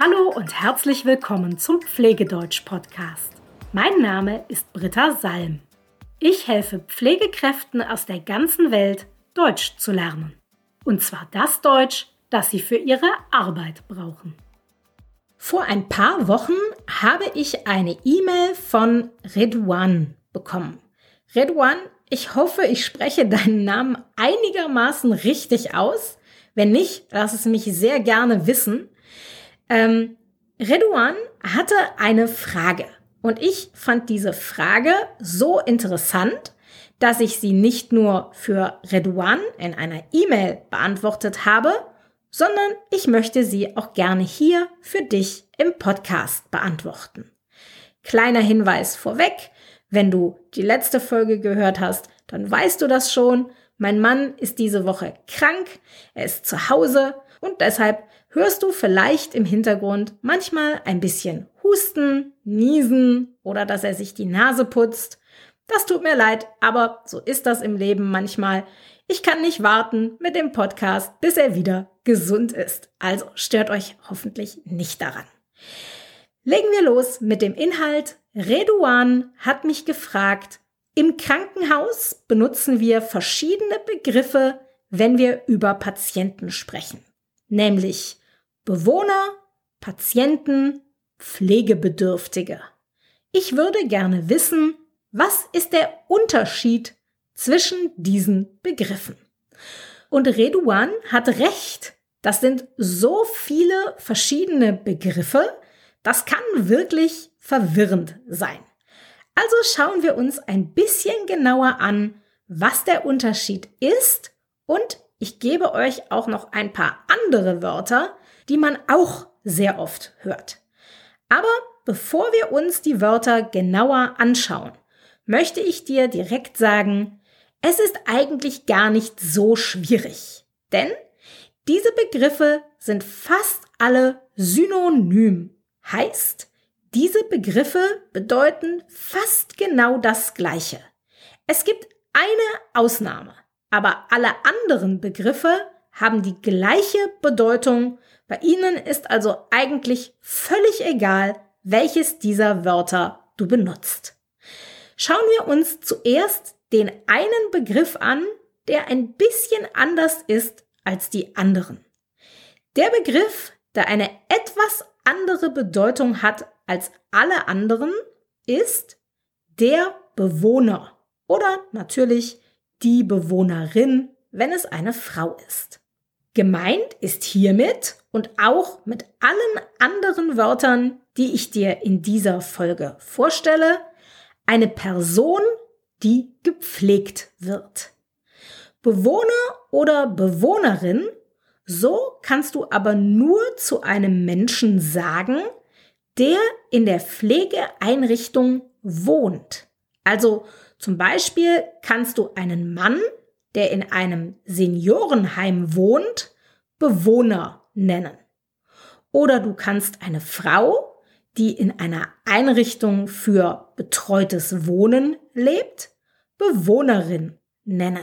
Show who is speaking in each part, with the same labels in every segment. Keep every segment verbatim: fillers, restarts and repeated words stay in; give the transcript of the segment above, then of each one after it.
Speaker 1: Hallo und herzlich willkommen zum Pflegedeutsch-Podcast. Mein Name ist Britta Salm. Ich helfe Pflegekräften aus der ganzen Welt, Deutsch zu lernen. Und zwar das Deutsch, das sie für ihre Arbeit brauchen. Vor ein paar Wochen habe ich eine E-Mail von Redouan bekommen. Redouan, ich hoffe, ich spreche deinen Namen einigermaßen richtig aus. Wenn nicht, lass es mich sehr gerne wissen. Ähm, Redouan hatte eine Frage und ich fand diese Frage so interessant, dass ich sie nicht nur für Redouan in einer E-Mail beantwortet habe, sondern ich möchte sie auch gerne hier für dich im Podcast beantworten. Kleiner Hinweis vorweg, wenn du die letzte Folge gehört hast, dann weißt du das schon. Mein Mann ist diese Woche krank, er ist zu Hause und deshalb hörst du vielleicht im Hintergrund manchmal ein bisschen Husten, Niesen oder dass er sich die Nase putzt. Das tut mir leid, aber so ist das im Leben manchmal. Ich kann nicht warten mit dem Podcast, bis er wieder gesund ist. Also stört euch hoffentlich nicht daran. Legen wir los mit dem Inhalt. Redouan hat mich gefragt, im Krankenhaus benutzen wir verschiedene Begriffe, wenn wir über Patienten sprechen. Nämlich Bewohner, Patienten, Pflegebedürftige. Ich würde gerne wissen, was ist der Unterschied zwischen diesen Begriffen? Und Redouan hat recht, das sind so viele verschiedene Begriffe, das kann wirklich verwirrend sein. Also schauen wir uns ein bisschen genauer an, was der Unterschied ist und ich gebe euch auch noch ein paar andere Wörter, die man auch sehr oft hört. Aber bevor wir uns die Wörter genauer anschauen, möchte ich dir direkt sagen, es ist eigentlich gar nicht so schwierig. Denn diese Begriffe sind fast alle synonym. Heißt, diese Begriffe bedeuten fast genau das Gleiche. Es gibt eine Ausnahme. Aber alle anderen Begriffe haben die gleiche Bedeutung. Bei ihnen ist also eigentlich völlig egal, welches dieser Wörter du benutzt. Schauen wir uns zuerst den einen Begriff an, der ein bisschen anders ist als die anderen. Der Begriff, der eine etwas andere Bedeutung hat als alle anderen, ist der Bewohner oder natürlich die Bewohnerin, wenn es eine Frau ist. Gemeint ist hiermit und auch mit allen anderen Wörtern, die ich dir in dieser Folge vorstelle, eine Person, die gepflegt wird. Bewohner oder Bewohnerin, so kannst du aber nur zu einem Menschen sagen, der in der Pflegeeinrichtung wohnt. Also zum Beispiel kannst du einen Mann, der in einem Seniorenheim wohnt, Bewohner nennen. Oder du kannst eine Frau, die in einer Einrichtung für betreutes Wohnen lebt, Bewohnerin nennen.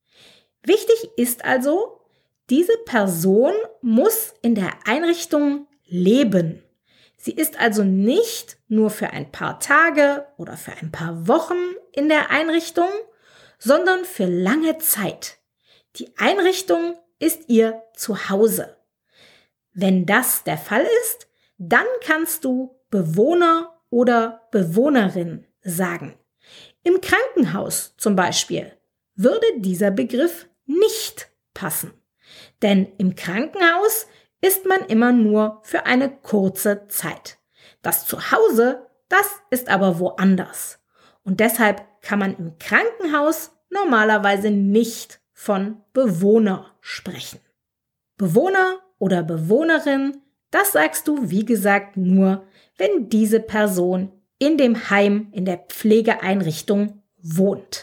Speaker 1: Wichtig ist also, diese Person muss in der Einrichtung leben. Sie ist also nicht nur für ein paar Tage oder für ein paar Wochen in der Einrichtung, sondern für lange Zeit. Die Einrichtung ist ihr Zuhause. Wenn das der Fall ist, dann kannst du Bewohner oder Bewohnerin sagen. Im Krankenhaus zum Beispiel würde dieser Begriff nicht passen. Denn im Krankenhaus ist man immer nur für eine kurze Zeit. Das Zuhause, das ist aber woanders. Und deshalb kann man im Krankenhaus normalerweise nicht von Bewohner sprechen. Bewohner oder Bewohnerin, das sagst du, wie gesagt, nur, wenn diese Person in dem Heim, in der Pflegeeinrichtung wohnt.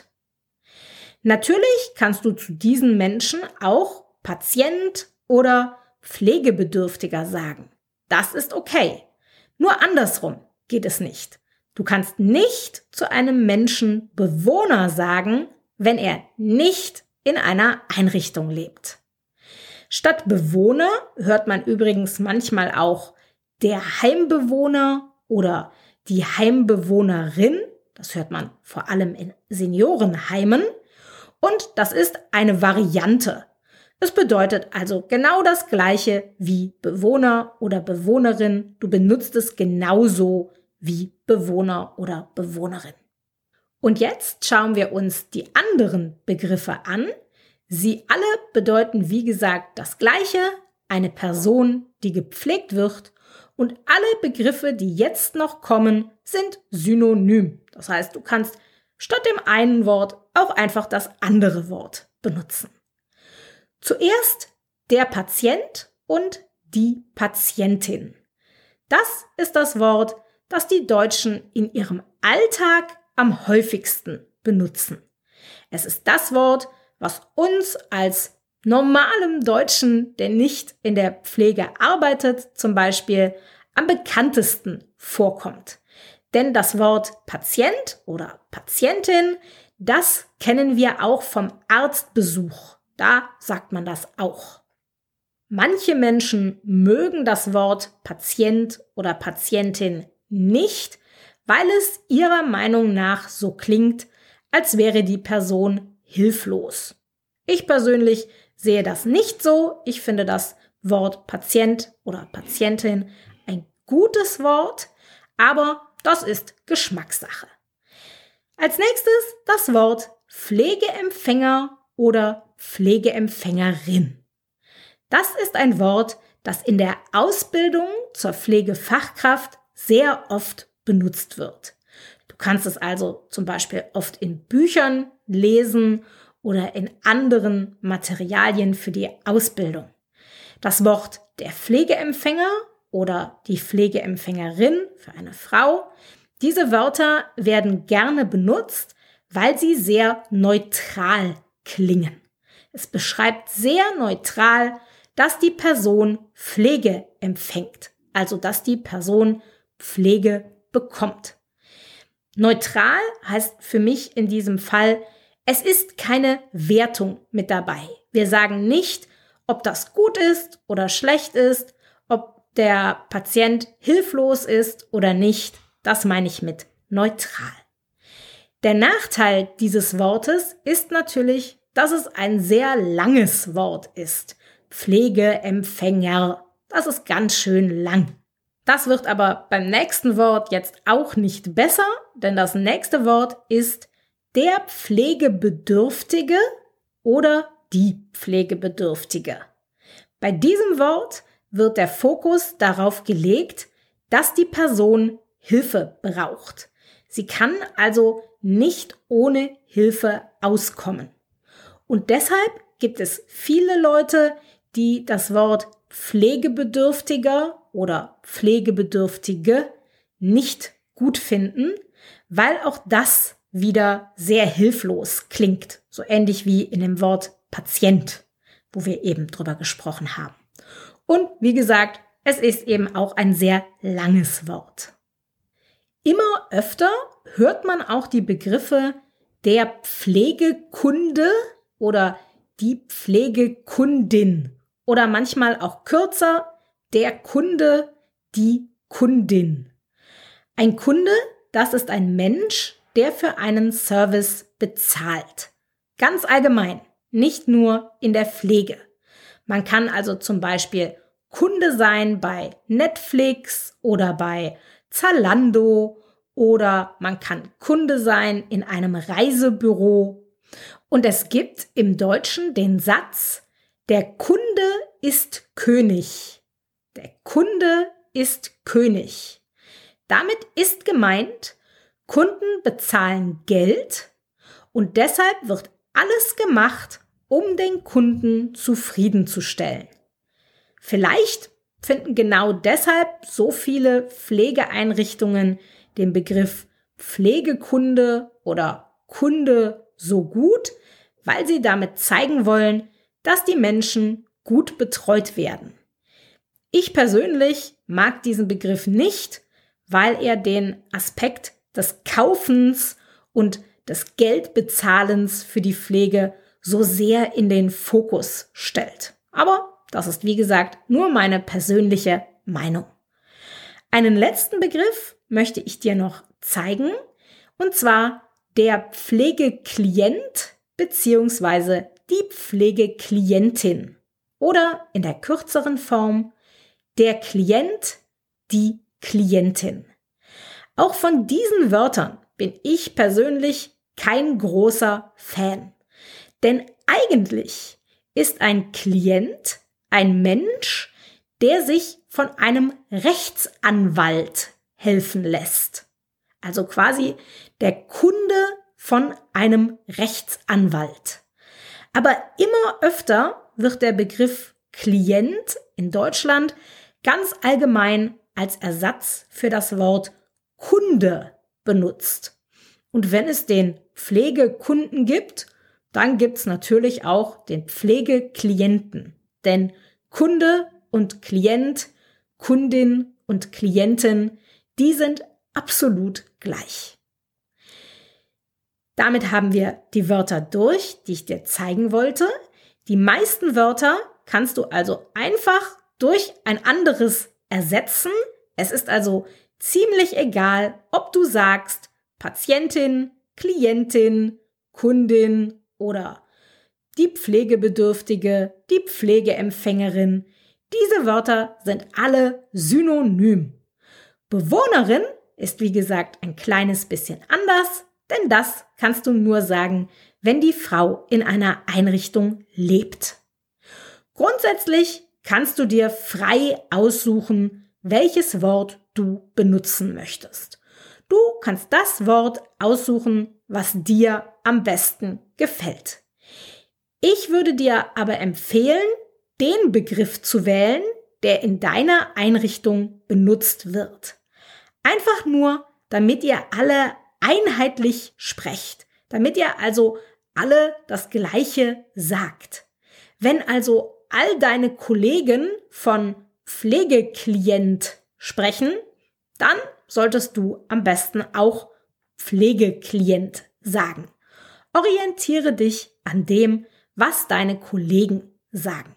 Speaker 1: Natürlich kannst du zu diesen Menschen auch Patient oder Pflegebedürftiger sagen. Das ist okay. Nur andersrum geht es nicht. Du kannst nicht zu einem Menschen Bewohner sagen, wenn er nicht in einer Einrichtung lebt. Statt Bewohner hört man übrigens manchmal auch der Heimbewohner oder die Heimbewohnerin. Das hört man vor allem in Seniorenheimen. Und das ist eine Variante. Es bedeutet also genau das Gleiche wie Bewohner oder Bewohnerin. Du benutzt es genauso wie Bewohner oder Bewohnerin. Und jetzt schauen wir uns die anderen Begriffe an. Sie alle bedeuten, wie gesagt, das Gleiche, eine Person, die gepflegt wird. Und alle Begriffe, die jetzt noch kommen, sind synonym. Das heißt, du kannst statt dem einen Wort auch einfach das andere Wort benutzen. Zuerst der Patient und die Patientin. Das ist das Wort, das die Deutschen in ihrem Alltag am häufigsten benutzen. Es ist das Wort, was uns als normalem Deutschen, der nicht in der Pflege arbeitet, zum Beispiel am bekanntesten vorkommt. Denn das Wort Patient oder Patientin, das kennen wir auch vom Arztbesuch. Da sagt man das auch. Manche Menschen mögen das Wort Patient oder Patientin nicht, weil es ihrer Meinung nach so klingt, als wäre die Person hilflos. Ich persönlich sehe das nicht so. Ich finde das Wort Patient oder Patientin ein gutes Wort, aber das ist Geschmackssache. Als nächstes das Wort Pflegeempfänger oder Pflegeempfängerin. Das ist ein Wort, das in der Ausbildung zur Pflegefachkraft sehr oft benutzt wird. Du kannst es also zum Beispiel oft in Büchern lesen oder in anderen Materialien für die Ausbildung. Das Wort der Pflegeempfänger oder die Pflegeempfängerin für eine Frau, diese Wörter werden gerne benutzt, weil sie sehr neutral klingen. Es beschreibt sehr neutral, dass die Person Pflege empfängt, also dass die Person Pflege bekommt. Neutral heißt für mich in diesem Fall, es ist keine Wertung mit dabei. Wir sagen nicht, ob das gut ist oder schlecht ist, ob der Patient hilflos ist oder nicht. Das meine ich mit neutral. Der Nachteil dieses Wortes ist natürlich, dass es ein sehr langes Wort ist. Pflegeempfänger. Das ist ganz schön lang. Das wird aber beim nächsten Wort jetzt auch nicht besser, denn das nächste Wort ist der Pflegebedürftige oder die Pflegebedürftige. Bei diesem Wort wird der Fokus darauf gelegt, dass die Person Hilfe braucht. Sie kann also nicht ohne Hilfe auskommen. Und deshalb gibt es viele Leute, die das Wort Pflegebedürftiger oder Pflegebedürftige nicht gut finden, weil auch das wieder sehr hilflos klingt, so ähnlich wie in dem Wort Patient, wo wir eben drüber gesprochen haben. Und wie gesagt, es ist eben auch ein sehr langes Wort. Immer öfter hört man auch die Begriffe der Pflegekunde oder die Pflegekundin oder manchmal auch kürzer der Kunde, die Kundin. Ein Kunde, das ist ein Mensch, der für einen Service bezahlt. Ganz allgemein, nicht nur in der Pflege. Man kann also zum Beispiel Kunde sein bei Netflix oder bei Zalando oder man kann Kunde sein in einem Reisebüro. Und es gibt im Deutschen den Satz, der Kunde ist König. Der Kunde ist König. Damit ist gemeint, Kunden bezahlen Geld und deshalb wird alles gemacht, um den Kunden zufriedenzustellen. Vielleicht finden genau deshalb so viele Pflegeeinrichtungen den Begriff Pflegekunde oder Kunde so gut, weil sie damit zeigen wollen, dass die Menschen gut betreut werden. Ich persönlich mag diesen Begriff nicht, weil er den Aspekt des Kaufens und des Geldbezahlens für die Pflege so sehr in den Fokus stellt. Aber das ist, wie gesagt, nur meine persönliche Meinung. Einen letzten Begriff möchte ich dir noch zeigen, und zwar der Pflegeklient bzw. die Pflegeklientin oder in der kürzeren Form der Klient, die Klientin. Auch von diesen Wörtern bin ich persönlich kein großer Fan, denn eigentlich ist ein Klient ein Mensch, der sich von einem Rechtsanwalt helfen lässt. Also quasi der Kunde von einem Rechtsanwalt. Aber immer öfter wird der Begriff Klient in Deutschland ganz allgemein als Ersatz für das Wort Kunde benutzt. Und wenn es den Pflegekunden gibt, dann gibt es natürlich auch den Pflegeklienten. Denn Kunde und Klient, Kundin und Klientin, die sind absolut gleich. Damit haben wir die Wörter durch, die ich dir zeigen wollte. Die meisten Wörter kannst du also einfach durch ein anderes ersetzen. Es ist also ziemlich egal, ob du sagst Patientin, Klientin, Kundin oder die Pflegebedürftige, die Pflegeempfängerin. Diese Wörter sind alle synonym. Bewohnerin ist wie gesagt ein kleines bisschen anders, denn das kannst du nur sagen, wenn die Frau in einer Einrichtung lebt. Grundsätzlich kannst du dir frei aussuchen, welches Wort du benutzen möchtest. Du kannst das Wort aussuchen, was dir am besten gefällt. Ich würde dir aber empfehlen, den Begriff zu wählen, der in deiner Einrichtung benutzt wird. Einfach nur, damit ihr alle einheitlich sprecht, damit ihr also alle das Gleiche sagt. Wenn also all deine Kollegen von Pflegeklient sprechen, dann solltest du am besten auch Pflegeklient sagen. Orientiere dich an dem, was deine Kollegen sagen.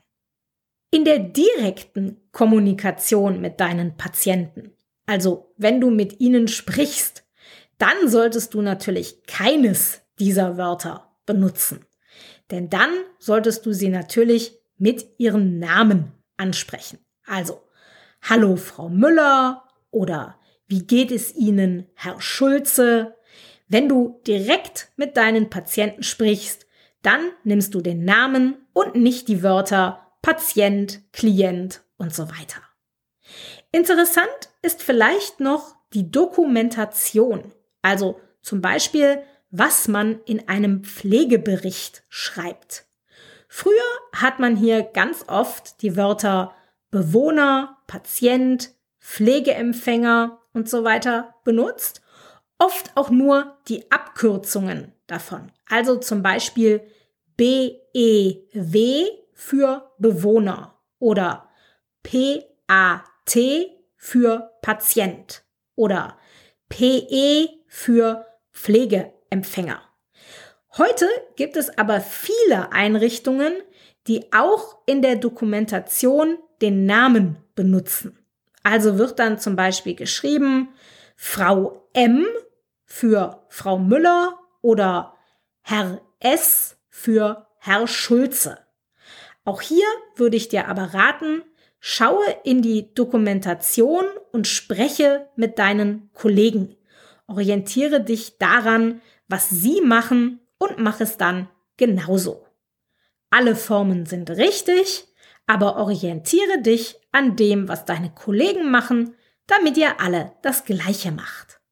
Speaker 1: In der direkten Kommunikation mit deinen Patienten, also wenn du mit ihnen sprichst, dann solltest du natürlich keines dieser Wörter benutzen. Denn dann solltest du sie natürlich mit ihren Namen ansprechen. Also, hallo Frau Müller oder wie geht es Ihnen, Herr Schulze? Wenn du direkt mit deinen Patienten sprichst, dann nimmst du den Namen und nicht die Wörter Patient, Klient und so weiter. Interessant ist vielleicht noch die Dokumentation, also zum Beispiel, was man in einem Pflegebericht schreibt. Früher hat man hier ganz oft die Wörter Bewohner, Patient, Pflegeempfänger und so weiter benutzt, oft auch nur die Abkürzungen davon. Also zum Beispiel B E W für Bewohner oder P A T für Patient oder P E für Pflegeempfänger. Heute gibt es aber viele Einrichtungen, die auch in der Dokumentation den Namen benutzen. Also wird dann zum Beispiel geschrieben Frau M für Frau Müller oder Herr S für Herr Schulze. Auch hier würde ich dir aber raten, schaue in die Dokumentation und spreche mit deinen Kollegen. Orientiere dich daran, was sie machen und mach es dann genauso. Alle Formen sind richtig, aber orientiere dich an dem, was deine Kollegen machen, damit ihr alle das Gleiche macht.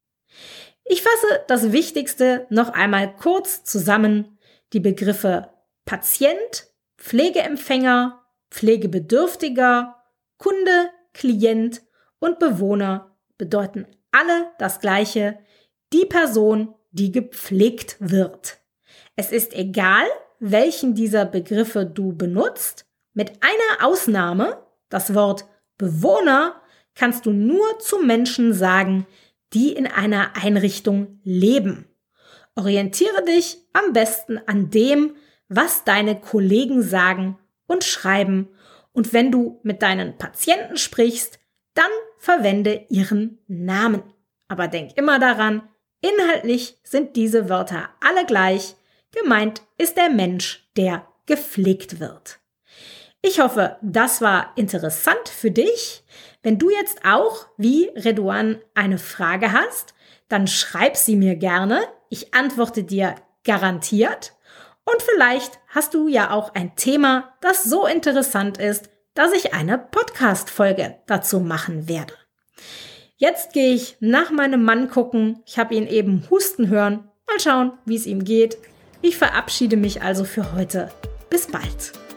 Speaker 1: Ich fasse das Wichtigste noch einmal kurz zusammen. Die Begriffe Patient, Pflegeempfänger, Pflegebedürftiger, Kunde, Klient und Bewohner bedeuten alle das Gleiche, die Person, die gepflegt wird. Es ist egal, welchen dieser Begriffe du benutzt. Mit einer Ausnahme, das Wort Bewohner kannst du nur zu Menschen sagen, die in einer Einrichtung leben. Orientiere dich am besten an dem, was deine Kollegen sagen und schreiben. Und wenn du mit deinen Patienten sprichst, dann verwende ihren Namen. Aber denk immer daran, inhaltlich sind diese Wörter alle gleich. Gemeint ist der Mensch, der gepflegt wird. Ich hoffe, das war interessant für dich. Wenn du jetzt auch, wie Redouan, eine Frage hast, dann schreib sie mir gerne. Ich antworte dir garantiert. Und vielleicht hast du ja auch ein Thema, das so interessant ist, dass ich eine Podcast-Folge dazu machen werde. Jetzt gehe ich nach meinem Mann gucken. Ich habe ihn eben husten hören. Mal schauen, wie es ihm geht. Ich verabschiede mich also für heute. Bis bald.